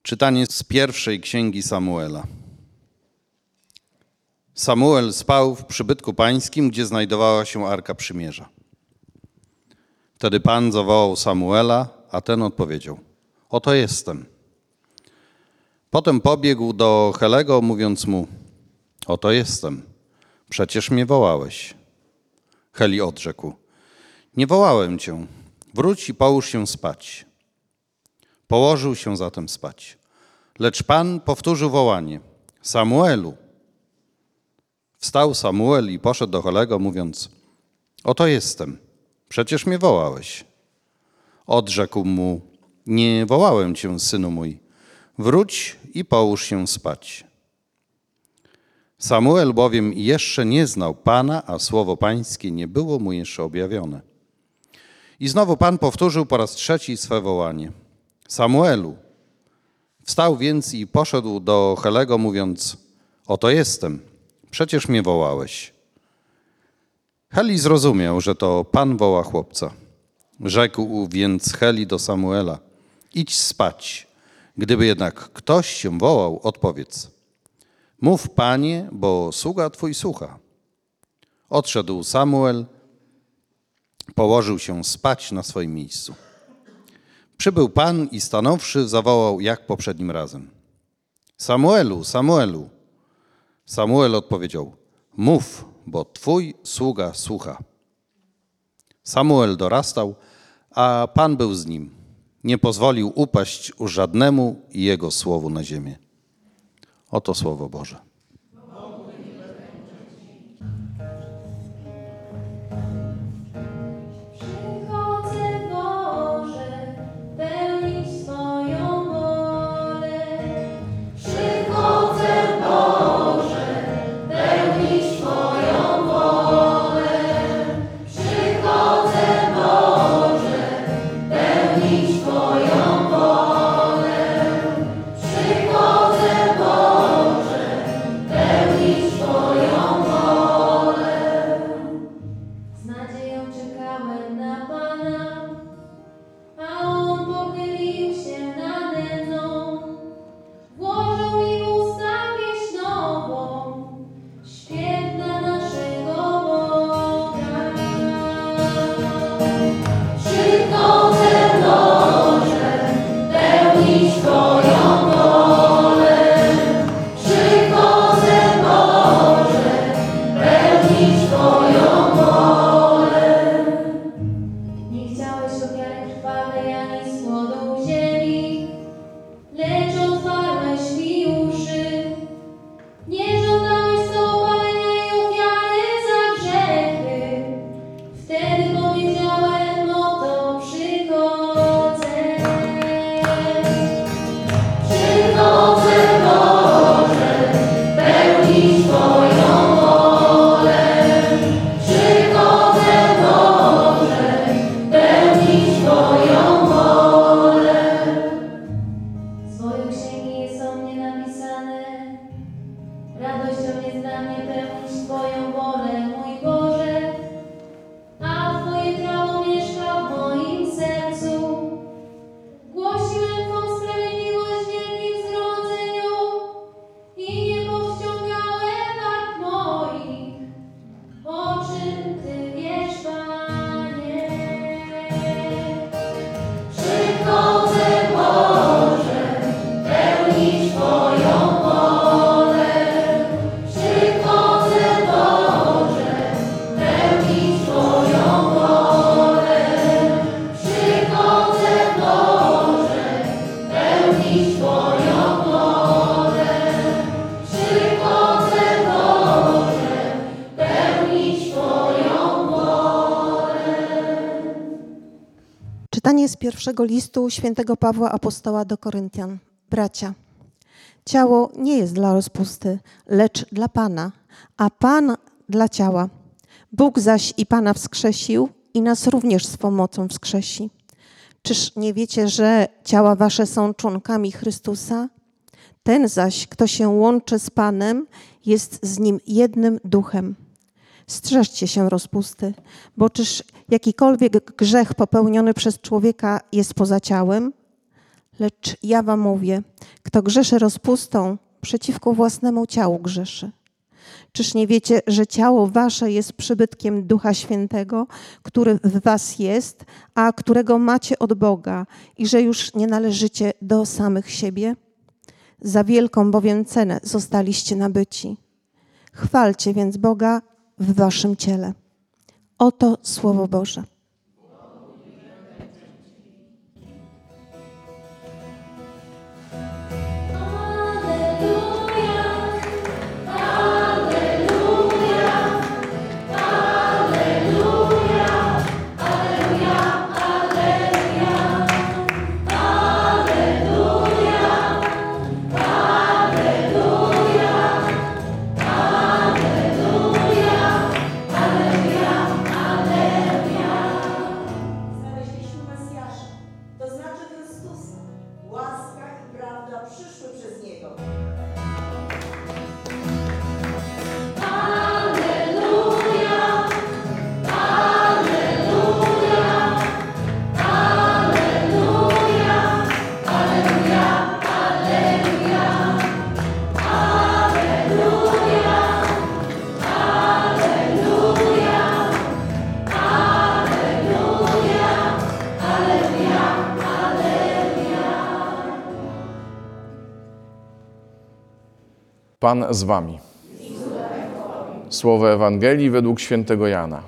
Czytanie z pierwszej księgi Samuela. Samuel spał w przybytku pańskim, gdzie znajdowała się Arka Przymierza. Wtedy Pan zawołał Samuela, a ten odpowiedział: oto jestem. Potem pobiegł do Helego, mówiąc mu: oto jestem, przecież mnie wołałeś. Heli odrzekł: nie wołałem cię, wróć i połóż się spać. Położył się zatem spać. Lecz Pan powtórzył wołanie: Samuelu. Wstał Samuel i poszedł do Helego, mówiąc: oto jestem, przecież mnie wołałeś. Odrzekł mu: nie wołałem cię, synu mój, wróć i połóż się spać. Samuel bowiem jeszcze nie znał Pana, a słowo pańskie nie było mu jeszcze objawione. I znowu Pan powtórzył po raz trzeci swe wołanie: Samuelu. Wstał więc i poszedł do Helego, mówiąc: oto jestem, przecież mnie wołałeś. Heli zrozumiał, że to Pan woła chłopca. Rzekł więc Heli do Samuela: idź spać. Gdyby jednak ktoś się wołał, odpowiedz: mów, Panie, bo sługa Twój słucha. Odszedł Samuel, położył się spać na swoim miejscu. Przybył Pan i stanąwszy, zawołał jak poprzednim razem: Samuelu, Samuelu. Samuel odpowiedział: mów, bo Twój sługa słucha. Samuel dorastał, a Pan był z nim. Nie pozwolił upaść żadnemu jego słowu na ziemię. Oto Słowo Boże. Czytanie z pierwszego listu świętego Pawła Apostoła do Koryntian. Bracia, ciało nie jest dla rozpusty, lecz dla Pana, a Pan dla ciała. Bóg zaś i Pana wskrzesił i nas również swą mocą wskrzesi. Czyż nie wiecie, że ciała wasze są członkami Chrystusa? Ten zaś, kto się łączy z Panem, jest z Nim jednym duchem. Strzeżcie się rozpusty, bo czyż jakikolwiek grzech popełniony przez człowieka jest poza ciałem? Lecz ja wam mówię, kto grzeszy rozpustą, przeciwko własnemu ciału grzeszy. Czyż nie wiecie, że ciało wasze jest przybytkiem Ducha Świętego, który w was jest, a którego macie od Boga i że już nie należycie do samych siebie? Za wielką bowiem cenę zostaliście nabyci. Chwalcie więc Boga w waszym ciele. Oto Słowo Boże. Znaleźliśmy Mesjasza, to znaczy Chrystusa. Łaska i prawda przyszły przez Niego. Pan z wami. Słowo Ewangelii według świętego Jana.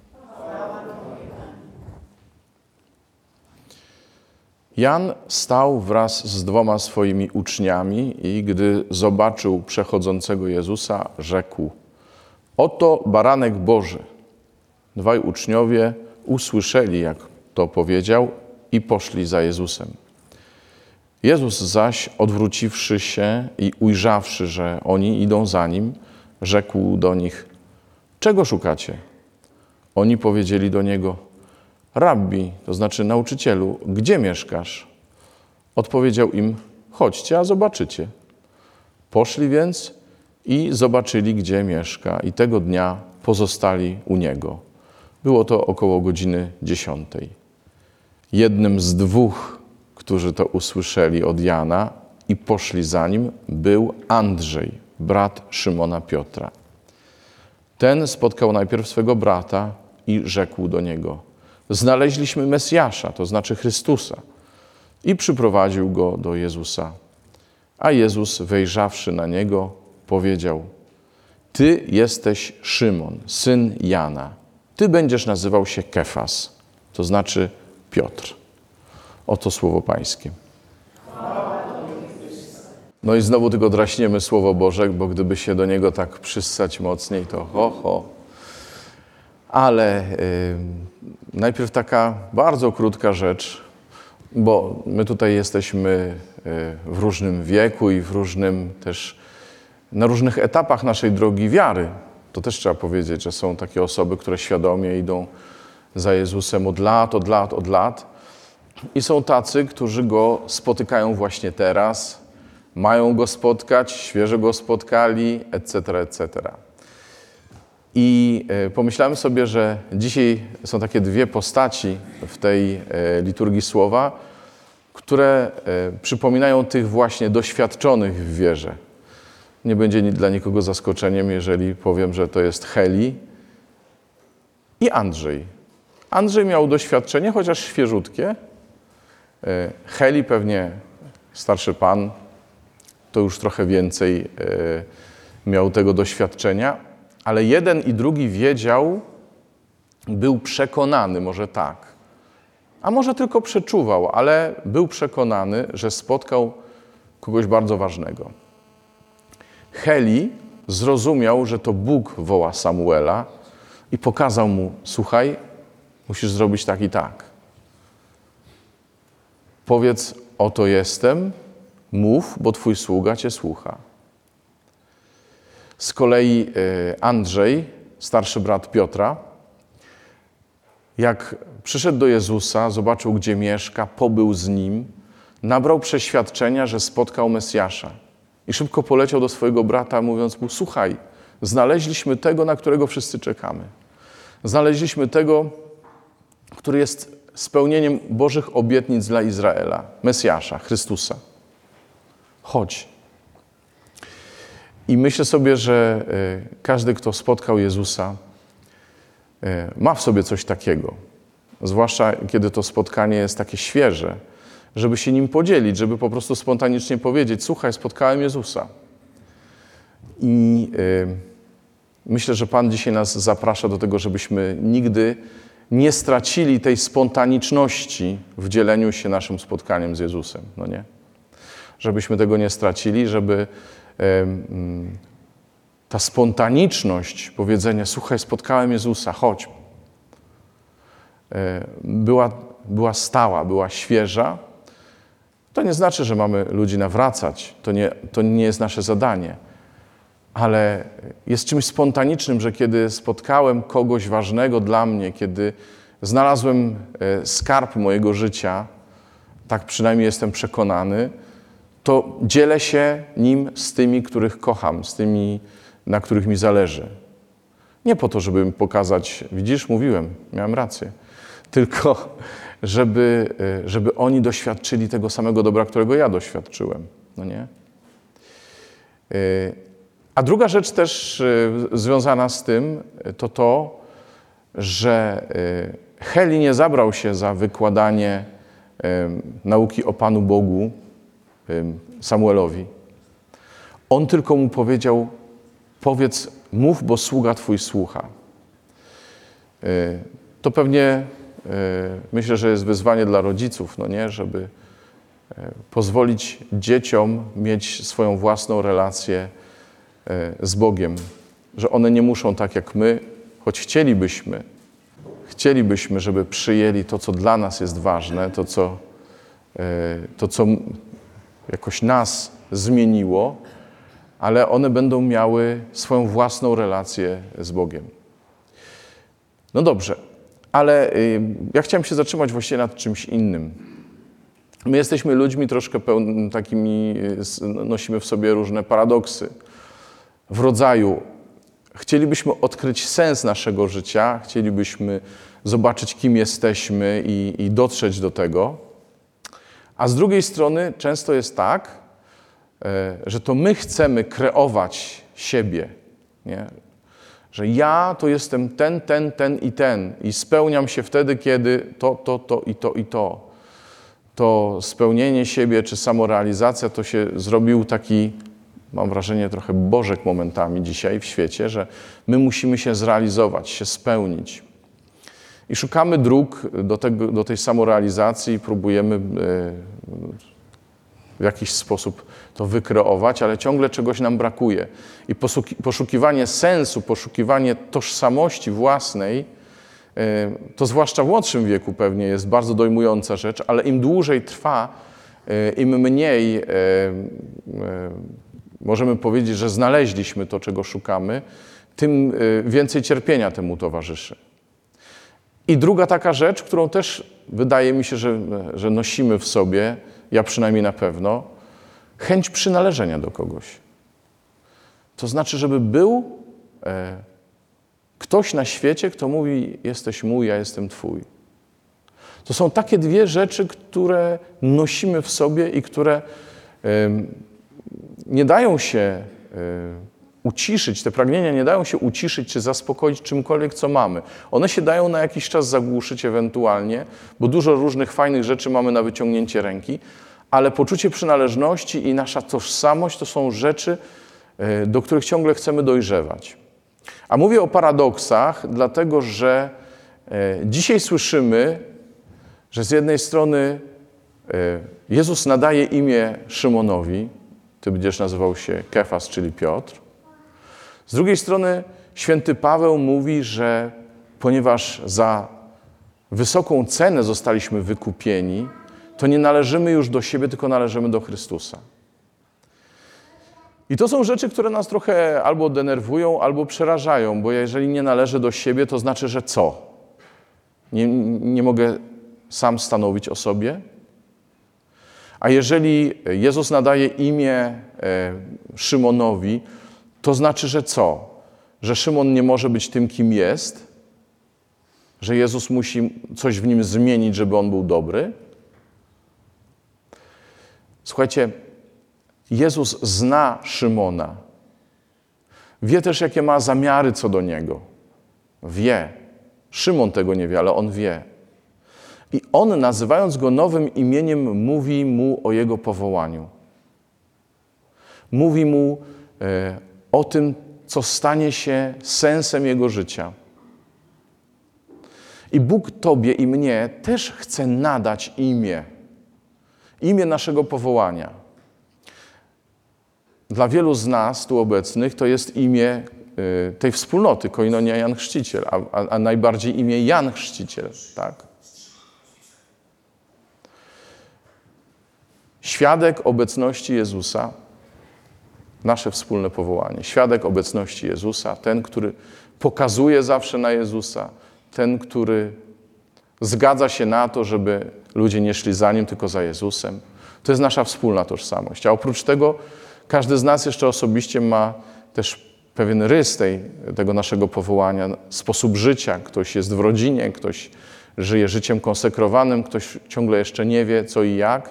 Jan stał wraz z 2 swoimi uczniami i gdy zobaczył przechodzącego Jezusa, rzekł: oto baranek Boży. 2 uczniowie usłyszeli, jak to powiedział, i poszli za Jezusem. Jezus zaś, odwróciwszy się i ujrzawszy, że oni idą za Nim, rzekł do nich: czego szukacie? Oni powiedzieli do Niego: Rabbi, to znaczy nauczycielu, gdzie mieszkasz? Odpowiedział im: chodźcie, a zobaczycie. Poszli więc i zobaczyli, gdzie mieszka, i tego dnia pozostali u Niego. Było to około godziny 10. Jednym z 2, którzy to usłyszeli od Jana i poszli za nim, był Andrzej, brat Szymona Piotra. Ten spotkał najpierw swego brata i rzekł do niego: znaleźliśmy Mesjasza, to znaczy Chrystusa. I przyprowadził go do Jezusa. A Jezus, wejrzawszy na niego, powiedział: ty jesteś Szymon, syn Jana. Ty będziesz nazywał się Kefas, to znaczy Piotr. Oto słowo Pańskie. No i znowu tylko draśniemy Słowo Boże, bo gdyby się do niego tak przyssać mocniej, to ho. Ale najpierw taka bardzo krótka rzecz, bo my tutaj jesteśmy w różnym wieku i w różnym też, na różnych etapach naszej drogi wiary. To też trzeba powiedzieć, że są takie osoby, które świadomie idą za Jezusem od lat. I są tacy, którzy Go spotykają właśnie teraz, mają Go spotkać, świeżo Go spotkali, etc. I pomyślałem sobie, że dzisiaj są takie 2 postaci w tej liturgii słowa, które przypominają tych właśnie doświadczonych w wierze. Nie będzie dla nikogo zaskoczeniem, jeżeli powiem, że to jest Heli i Andrzej. Andrzej miał doświadczenie, chociaż świeżutkie. Heli pewnie starszy pan, to już trochę więcej miał tego doświadczenia, ale jeden i drugi wiedział, był przekonany, może tak, a może tylko przeczuwał, ale był przekonany, że spotkał kogoś bardzo ważnego. Heli zrozumiał, że to Bóg woła Samuela i pokazał mu: słuchaj, musisz zrobić tak i tak. Powiedz: oto jestem, mów, bo twój sługa cię słucha. Z kolei Andrzej, starszy brat Piotra, jak przyszedł do Jezusa, zobaczył, gdzie mieszka, pobył z Nim, nabrał przeświadczenia, że spotkał Mesjasza. I szybko poleciał do swojego brata, mówiąc mu: słuchaj, znaleźliśmy tego, na którego wszyscy czekamy. Znaleźliśmy tego, który jest spełnieniem Bożych obietnic dla Izraela, Mesjasza, Chrystusa. Chodź. I myślę sobie, że każdy, kto spotkał Jezusa, ma w sobie coś takiego. Zwłaszcza kiedy to spotkanie jest takie świeże, żeby się nim podzielić, żeby po prostu spontanicznie powiedzieć: słuchaj, spotkałem Jezusa. I myślę, że Pan dzisiaj nas zaprasza do tego, żebyśmy nigdy nie stracili tej spontaniczności w dzieleniu się naszym spotkaniem z Jezusem. No nie? Żebyśmy tego nie stracili, żeby ta spontaniczność powiedzenia: słuchaj, spotkałem Jezusa, chodź, była stała, była świeża. To nie znaczy, że mamy ludzi nawracać. To nie jest nasze zadanie. Ale jest czymś spontanicznym, że kiedy spotkałem kogoś ważnego dla mnie, kiedy znalazłem skarb mojego życia, tak przynajmniej jestem przekonany, to dzielę się nim z tymi, których kocham, z tymi, na których mi zależy. Nie po to, żeby im pokazać: widzisz, mówiłem, miałem rację, tylko żeby oni doświadczyli tego samego dobra, którego ja doświadczyłem. No nie? A druga rzecz też związana z tym, to, że Heli nie zabrał się za wykładanie nauki o Panu Bogu Samuelowi. On tylko mu powiedział: powiedz, mów, bo sługa Twój słucha. To pewnie myślę, że jest wyzwanie dla rodziców, no nie, żeby pozwolić dzieciom mieć swoją własną relację z Bogiem, że one nie muszą tak jak my, choć chcielibyśmy, żeby przyjęli to, co dla nas jest ważne, to, co jakoś nas zmieniło, ale one będą miały swoją własną relację z Bogiem. No dobrze, ale ja chciałem się zatrzymać właściwie nad czymś innym. My jesteśmy ludźmi troszkę takimi, nosimy w sobie różne paradoksy. W rodzaju chcielibyśmy odkryć sens naszego życia, chcielibyśmy zobaczyć, kim jesteśmy i dotrzeć do tego. A z drugiej strony często jest tak, że to my chcemy kreować siebie, nie? Że ja to jestem ten i spełniam się wtedy, kiedy to. To spełnienie siebie czy samorealizacja to się zrobił taki, mam wrażenie, trochę bożek momentami dzisiaj w świecie, że my musimy się zrealizować, się spełnić. I szukamy dróg do tej samorealizacji i próbujemy w jakiś sposób to wykreować, ale ciągle czegoś nam brakuje. I poszukiwanie sensu, poszukiwanie tożsamości własnej, to zwłaszcza w młodszym wieku pewnie jest bardzo dojmująca rzecz, ale im dłużej trwa, im mniej możemy powiedzieć, że znaleźliśmy to, czego szukamy, tym więcej cierpienia temu towarzyszy. I druga taka rzecz, którą też wydaje mi się, że nosimy w sobie, ja przynajmniej na pewno, chęć przynależenia do kogoś. To znaczy, żeby był ktoś na świecie, kto mówi: jesteś mój, ja jestem Twój. To są takie dwie rzeczy, które nosimy w sobie i które nie dają się uciszyć, te pragnienia nie dają się uciszyć czy zaspokoić czymkolwiek, co mamy. One się dają na jakiś czas zagłuszyć ewentualnie, bo dużo różnych fajnych rzeczy mamy na wyciągnięcie ręki, ale poczucie przynależności i nasza tożsamość to są rzeczy, do których ciągle chcemy dojrzewać. A mówię o paradoksach, dlatego że dzisiaj słyszymy, że z jednej strony Jezus nadaje imię Szymonowi, ty będziesz nazywał się Kefas, czyli Piotr. Z drugiej strony święty Paweł mówi, że ponieważ za wysoką cenę zostaliśmy wykupieni, to nie należymy już do siebie, tylko należymy do Chrystusa. I to są rzeczy, które nas trochę albo denerwują, albo przerażają, bo jeżeli nie należę do siebie, to znaczy, że co? Nie mogę sam stanowić o sobie? A jeżeli Jezus nadaje imię Szymonowi, to znaczy, że co? Że Szymon nie może być tym, kim jest? że Jezus musi coś w nim zmienić, żeby on był dobry? Słuchajcie, Jezus zna Szymona. Wie też, jakie ma zamiary co do niego. Wie. Szymon tego nie wie, ale on wie. I on, nazywając go nowym imieniem, mówi mu o jego powołaniu. Mówi mu o tym, co stanie się sensem jego życia. I Bóg tobie i mnie też chce nadać imię. Imię naszego powołania. Dla wielu z nas tu obecnych to jest imię tej wspólnoty, Koinonia Jan Chrzciciel, a najbardziej imię Jan Chrzciciel, tak? Świadek obecności Jezusa, nasze wspólne powołanie. Świadek obecności Jezusa, ten, który pokazuje zawsze na Jezusa, ten, który zgadza się na to, żeby ludzie nie szli za Nim, tylko za Jezusem. To jest nasza wspólna tożsamość. A oprócz tego każdy z nas jeszcze osobiście ma też pewien rys tego naszego powołania, sposób życia. Ktoś jest w rodzinie, ktoś żyje życiem konsekrowanym, ktoś ciągle jeszcze nie wie co i jak.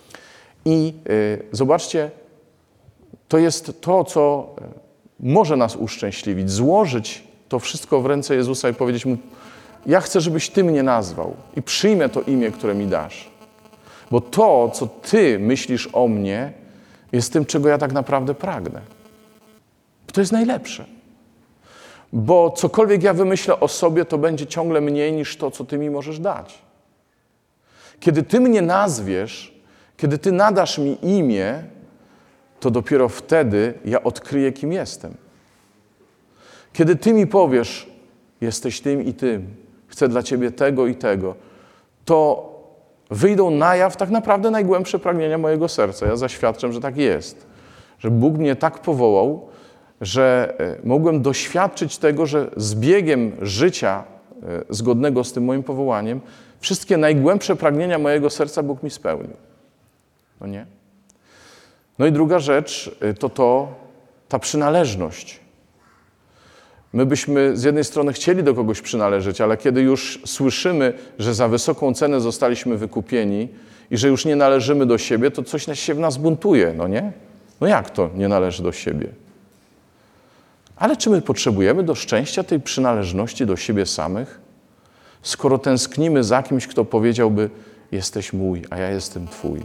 I zobaczcie, to jest to, co może nas uszczęśliwić. Złożyć to wszystko w ręce Jezusa i powiedzieć Mu: ja chcę, żebyś Ty mnie nazwał i przyjmę to imię, które mi dasz. Bo to, co Ty myślisz o mnie, jest tym, czego ja tak naprawdę pragnę. To jest najlepsze. Bo cokolwiek ja wymyślę o sobie, to będzie ciągle mniej niż to, co Ty mi możesz dać. Kiedy Ty mnie nazwiesz, kiedy Ty nadasz mi imię, to dopiero wtedy ja odkryję, kim jestem. Kiedy Ty mi powiesz: jesteś tym i tym, chcę dla Ciebie tego i tego, to wyjdą na jaw tak naprawdę najgłębsze pragnienia mojego serca. Ja zaświadczam, że tak jest. Że Bóg mnie tak powołał, że mogłem doświadczyć tego, że z biegiem życia zgodnego z tym moim powołaniem wszystkie najgłębsze pragnienia mojego serca Bóg mi spełnił. No nie? No i druga rzecz to ta przynależność. My byśmy z jednej strony chcieli do kogoś przynależeć, ale kiedy już słyszymy, że za wysoką cenę zostaliśmy wykupieni i że już nie należymy do siebie, to coś się w nas buntuje, no nie? No jak to nie należy do siebie? Ale czy my potrzebujemy do szczęścia tej przynależności do siebie samych? Skoro tęsknimy za kimś, kto powiedziałby: jesteś mój, a ja jestem Twój.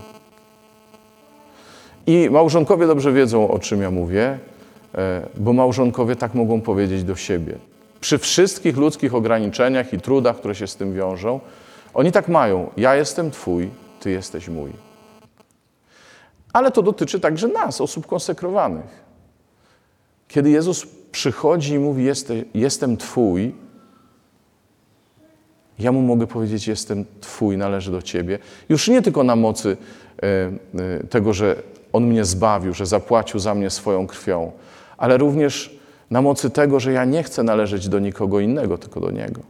I małżonkowie dobrze wiedzą, o czym ja mówię, bo małżonkowie tak mogą powiedzieć do siebie. Przy wszystkich ludzkich ograniczeniach i trudach, które się z tym wiążą, oni tak mają: ja jestem Twój, Ty jesteś mój. Ale to dotyczy także nas, osób konsekrowanych. Kiedy Jezus przychodzi i mówi: jestem Twój, ja Mu mogę powiedzieć: jestem Twój, należy do Ciebie. Już nie tylko na mocy tego, że On mnie zbawił, że zapłacił za mnie swoją krwią, ale również na mocy tego, że ja nie chcę należeć do nikogo innego, tylko do Niego.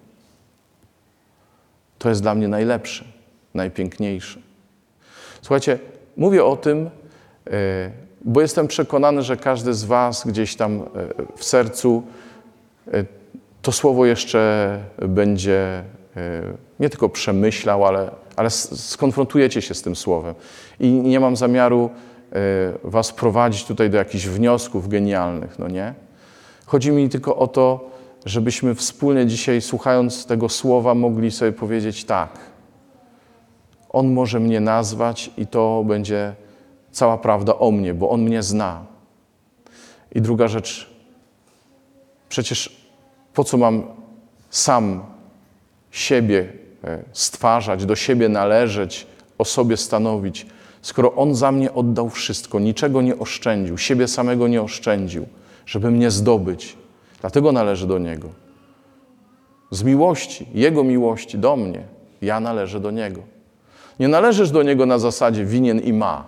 To jest dla mnie najlepsze, najpiękniejsze. Słuchajcie, mówię o tym, bo jestem przekonany, że każdy z was gdzieś tam w sercu to słowo jeszcze będzie nie tylko przemyślał, ale skonfrontujecie się z tym słowem. I nie mam zamiaru was prowadzić tutaj do jakichś wniosków genialnych, no nie? Chodzi mi tylko o to, żebyśmy wspólnie dzisiaj, słuchając tego słowa, mogli sobie powiedzieć: tak, On może mnie nazwać i to będzie cała prawda o mnie, bo On mnie zna. I druga rzecz, przecież po co mam sam siebie stwarzać, do siebie należeć, o sobie stanowić, skoro On za mnie oddał wszystko, niczego nie oszczędził, siebie samego nie oszczędził, żeby mnie zdobyć. Dlatego należy do Niego. Z miłości, Jego miłości do mnie, ja należę do Niego. Nie należysz do Niego na zasadzie winien i ma,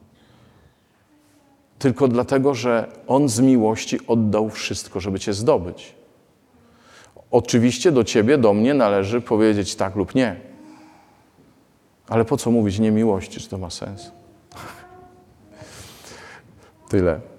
tylko dlatego, że On z miłości oddał wszystko, żeby Cię zdobyć. Oczywiście do Ciebie, do mnie należy powiedzieć tak lub nie. Ale po co mówić nie miłości, czy to ma sens? Tyle.